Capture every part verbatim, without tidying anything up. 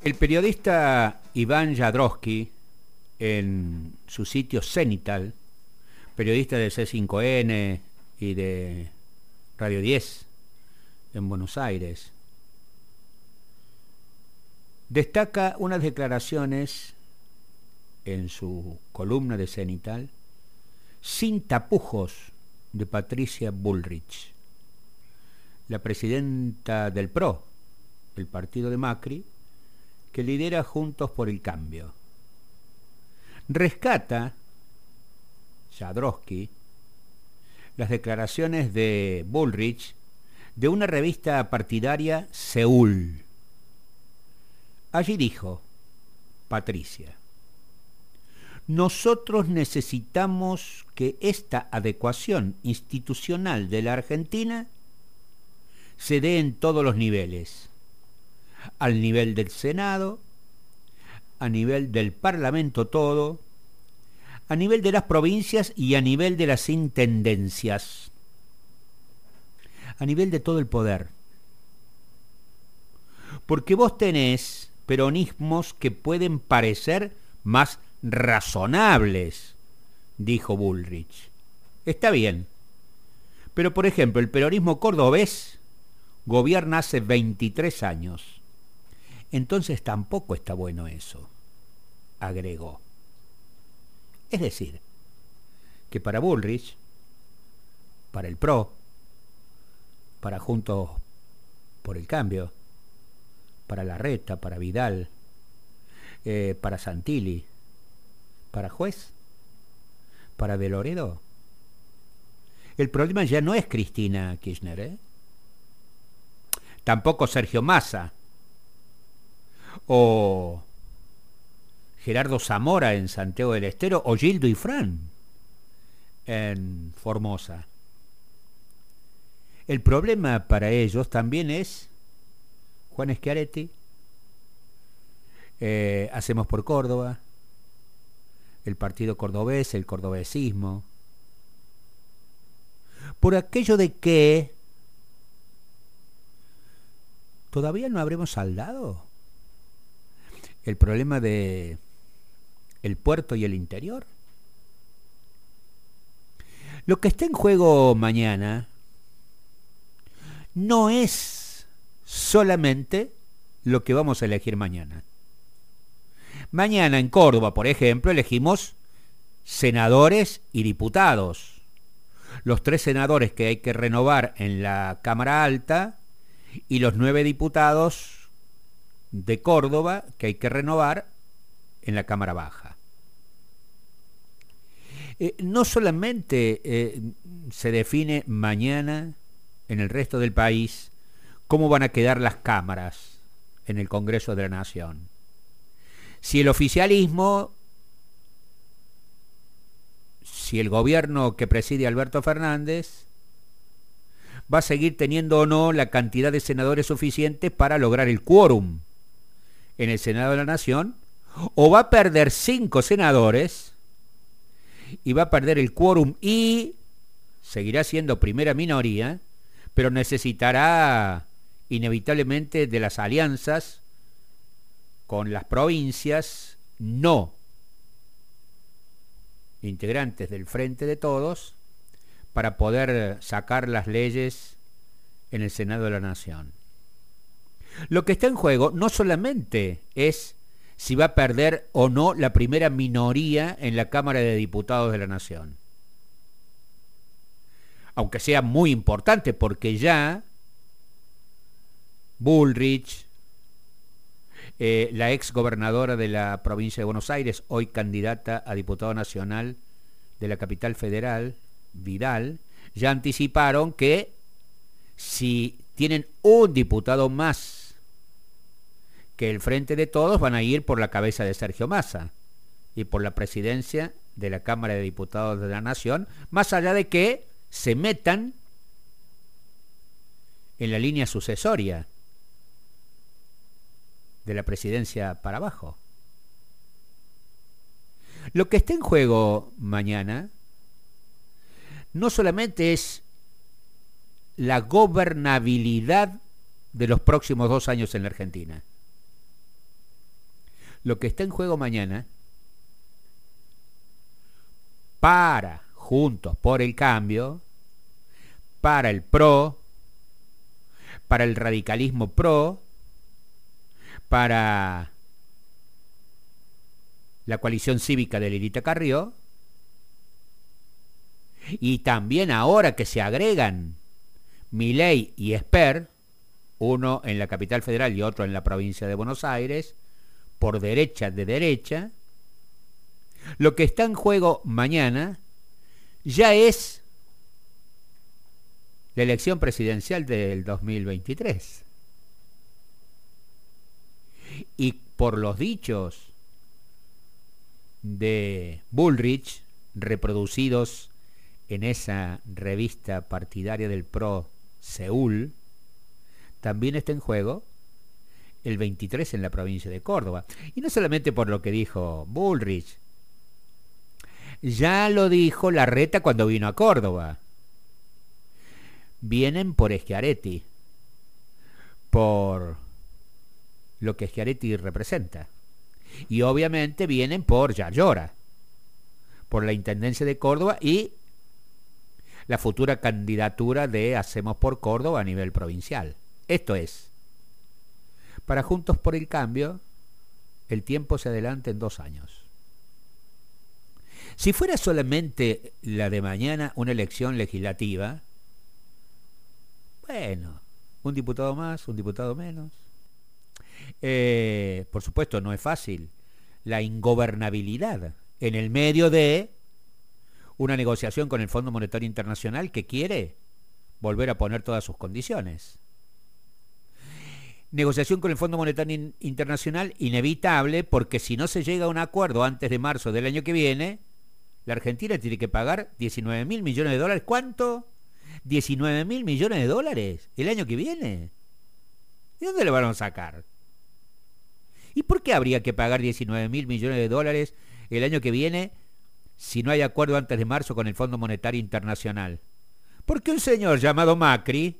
El periodista Iván Jadrowski, en su sitio Cenital, periodista de C cinco N y de Radio diez en Buenos Aires, destaca unas declaraciones en su columna de Cenital sin tapujos de Patricia Bullrich, la presidenta del P R O, el partido de Macri, que lidera Juntos por el Cambio. Rescata Jadrowski las declaraciones de Bullrich de una revista partidaria, Seúl. Allí dijo Patricia: nosotros necesitamos que esta adecuación institucional de la Argentina se dé en todos los niveles, al nivel del Senado, a nivel del Parlamento todo, a nivel de las provincias y a nivel de las intendencias, a nivel de todo el poder. Porque vos tenés peronismos que pueden parecer más razonables, dijo Bullrich. Está bien, pero por ejemplo, el peronismo cordobés gobierna hace veintitrés años. Entonces tampoco está bueno eso, agregó. Es decir, que para Bullrich, para el P R O, para Juntos por el Cambio, para Larreta, para Vidal, eh, para Santilli, para Juez, para De Loredo, el problema ya no es Cristina Kirchner, ¿eh? Tampoco Sergio Massa o Gerardo Zamora en Santiago del Estero o Gildo Ifrán en Formosa. El problema para ellos también es Juan Schiaretti, eh, Hacemos por Córdoba, el partido cordobés, el cordobesismo, por aquello de que todavía no habremos saldado el problema de el puerto y el interior. Lo que está en juego mañana no es solamente lo que vamos a elegir mañana. Mañana en Córdoba, por ejemplo, elegimos senadores y diputados. Los tres senadores que hay que renovar en la Cámara Alta y los nueve diputados de Córdoba que hay que renovar en la Cámara Baja. Eh, no solamente eh, se define mañana en el resto del país cómo van a quedar las cámaras en el Congreso de la Nación. Si el oficialismo, si el gobierno que preside Alberto Fernández va a seguir teniendo o no la cantidad de senadores suficientes para lograr el quórum en el Senado de la Nación, o va a perder cinco senadores y va a perder el quórum y seguirá siendo primera minoría, pero necesitará inevitablemente de las alianzas con las provincias no integrantes del Frente de Todos para poder sacar las leyes en el Senado de la Nación. Lo que está en juego no solamente es si va a perder o no la primera minoría en la Cámara de Diputados de la Nación, aunque sea muy importante porque ya Bullrich, eh, la ex gobernadora de la provincia de Buenos Aires, hoy candidata a diputado nacional de la capital federal, Vidal, ya anticiparon que si tienen un diputado más que el Frente de Todos, van a ir por la cabeza de Sergio Massa y por la presidencia de la Cámara de Diputados de la Nación, más allá de que se metan en la línea sucesoria de la presidencia para abajo. Lo que está en juego mañana no solamente es la gobernabilidad de los próximos dos años en la Argentina. Lo que está en juego mañana para Juntos por el Cambio, para el PRO, para el radicalismo PRO, para la coalición cívica de Lilita Carrió, y también ahora que se agregan Milei y Esper, uno en la capital federal y otro en la provincia de Buenos Aires, por derecha de derecha, lo que está en juego mañana ya es la elección presidencial del dos mil veintitrés. Y por los dichos de Bullrich, reproducidos en esa revista partidaria del PRO Seúl, también está en juego el veintitrés en la provincia de Córdoba. Y no solamente por lo que dijo Bullrich, ya lo dijo Larreta cuando vino a Córdoba. Vienen por Schiaretti, por lo que Schiaretti representa. Y obviamente vienen por Yayora, por la Intendencia de Córdoba y la futura candidatura de Hacemos por Córdoba a nivel provincial. Esto es, para Juntos por el Cambio, el tiempo se adelanta en dos años. Si fuera solamente la de mañana una elección legislativa, bueno, un diputado más, un diputado menos. Eh, por supuesto, no es fácil la ingobernabilidad en el medio de una negociación con el Fondo Monetario Internacional que quiere volver a poner todas sus condiciones. Negociación con el Fondo Monetario Internacional inevitable, porque si no se llega a un acuerdo antes de marzo del año que viene, la Argentina tiene que pagar diecinueve mil millones de dólares. ¿Cuánto? diecinueve mil millones de dólares el año que viene. ¿De dónde le van a sacar? ¿Y por qué habría que pagar diecinueve mil millones de dólares el año que viene si no hay acuerdo antes de marzo con el Fondo Monetario Internacional? Porque un señor llamado Macri,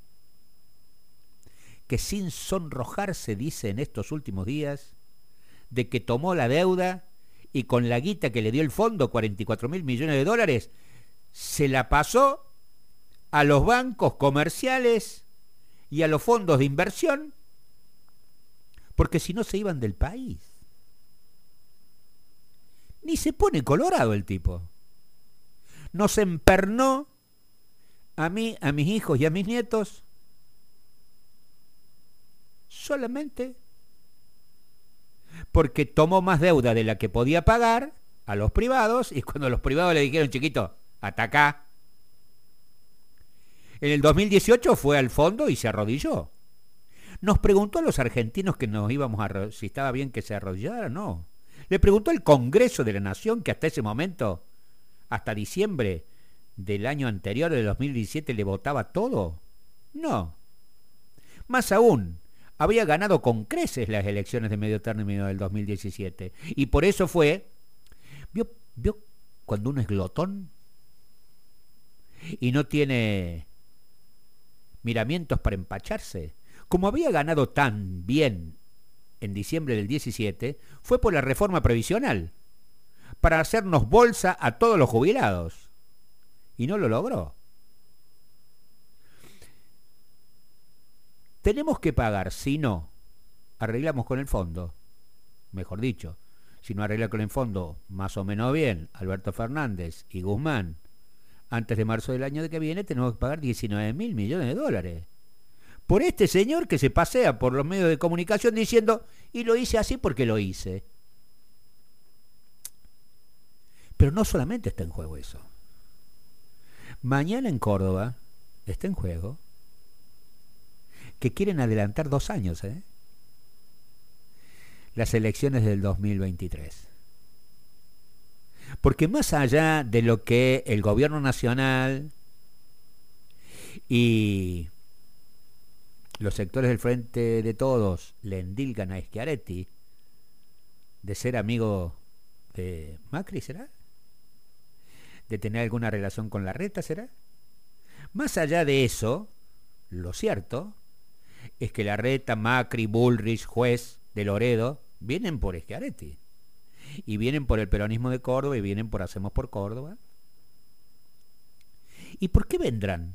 que sin sonrojarse dice en estos últimos días de que tomó la deuda y con la guita que le dio el fondo, cuarenta y cuatro mil millones de dólares, se la pasó a los bancos comerciales y a los fondos de inversión, porque si no se iban del país. Ni se pone colorado el tipo. Nos empernó a mí, a mis hijos y a mis nietos solamente porque tomó más deuda de la que podía pagar a los privados, y cuando los privados le dijeron, chiquito, hasta acá. En el dos mil dieciocho fue al fondo y se arrodilló. Nos preguntó a los argentinos que nos íbamos a si estaba bien que se arrodillara, no. Le preguntó al Congreso de la Nación, que hasta ese momento, hasta diciembre del año anterior, del dos mil diecisiete, le votaba todo. No. Más aún, había ganado con creces las elecciones de medio término del dos mil diecisiete. Y por eso fue, ¿vio, vio cuando uno es glotón y no tiene miramientos para empacharse? Como había ganado tan bien en diciembre del diecisiete, fue por la reforma previsional, para hacernos bolsa a todos los jubilados. Y no lo logró. Tenemos que pagar, si no arreglamos con el fondo, mejor dicho, si no arregla con el fondo más o menos bien Alberto Fernández y Guzmán, antes de marzo del año que viene tenemos que pagar diecinueve mil millones de dólares. Por este señor que se pasea por los medios de comunicación diciendo, y lo hice así porque lo hice. Pero no solamente está en juego eso. Mañana en Córdoba está en juego que quieren adelantar dos años, ¿eh? Las elecciones del dos mil veintitrés. Porque más allá de lo que el gobierno nacional y los sectores del Frente de Todos le endilgan a Schiaretti de ser amigo de Macri, ¿será? ¿De tener alguna relación con Larreta, será? Más allá de eso, lo cierto es que Larreta, Macri, Bullrich, Juez de Loredo Vienen por Schiaretti. Y vienen por el peronismo de Córdoba y vienen por Hacemos por Córdoba. ¿Y por qué vendrán?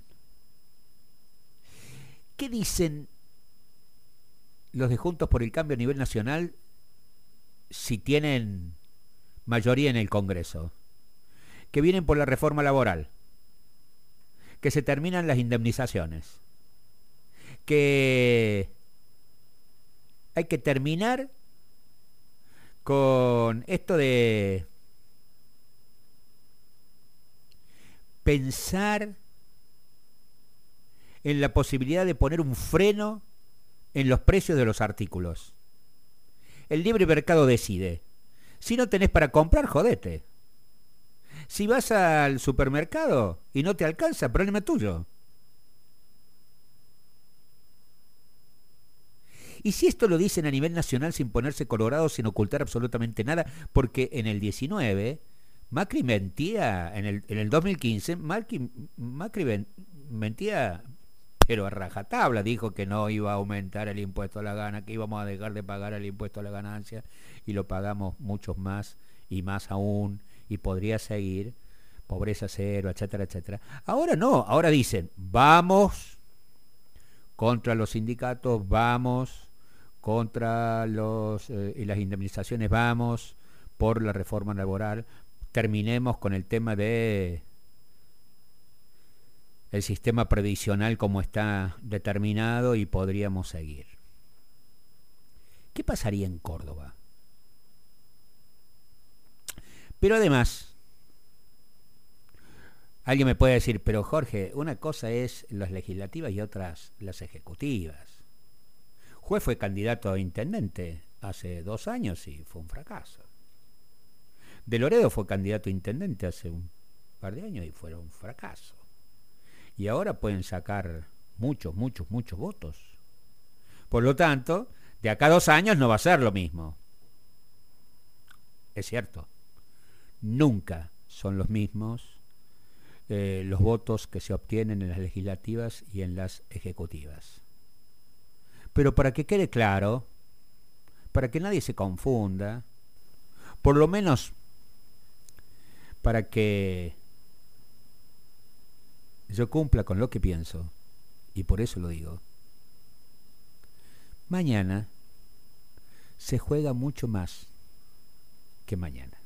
¿Qué dicen los de Juntos por el Cambio a nivel nacional si tienen mayoría en el Congreso? Que vienen por la reforma laboral, que se terminan las indemnizaciones, que hay que terminar con esto de pensar en la posibilidad de poner un freno en los precios de los artículos. El libre mercado decide. Si no tenés para comprar, jodete. Si vas al supermercado y no te alcanza, problema tuyo. Y si esto lo dicen a nivel nacional sin ponerse colorados, sin ocultar absolutamente nada, porque en el diecinueve, Macri mentía, en el, en el dos mil quince, Macri, Macri mentía, pero a rajatabla, dijo que no iba a aumentar el impuesto a la gana, que íbamos a dejar de pagar el impuesto a la ganancia, y lo pagamos muchos más, y más aún, y podría seguir, pobreza cero, etcétera, etcétera. Ahora no, ahora dicen, vamos contra los sindicatos, vamos contra los eh, y las indemnizaciones, vamos por la reforma laboral, terminemos con el tema de el sistema previsional como está determinado y podríamos seguir. ¿Qué pasaría en Córdoba? Pero además, alguien me puede decir, pero Jorge, una cosa es las legislativas y otras las ejecutivas. Juez fue candidato a intendente hace dos años y fue un fracaso. De Loredo fue candidato a intendente hace un par de años y fue un fracaso. Y ahora pueden sacar muchos, muchos, muchos votos. Por lo tanto, de acá a dos años no va a ser lo mismo. Es cierto, nunca son los mismos eh, los votos que se obtienen en las legislativas y en las ejecutivas. Pero para que quede claro, para que nadie se confunda, por lo menos para que yo cumpla con lo que pienso, y por eso lo digo, mañana se juega mucho más que mañana.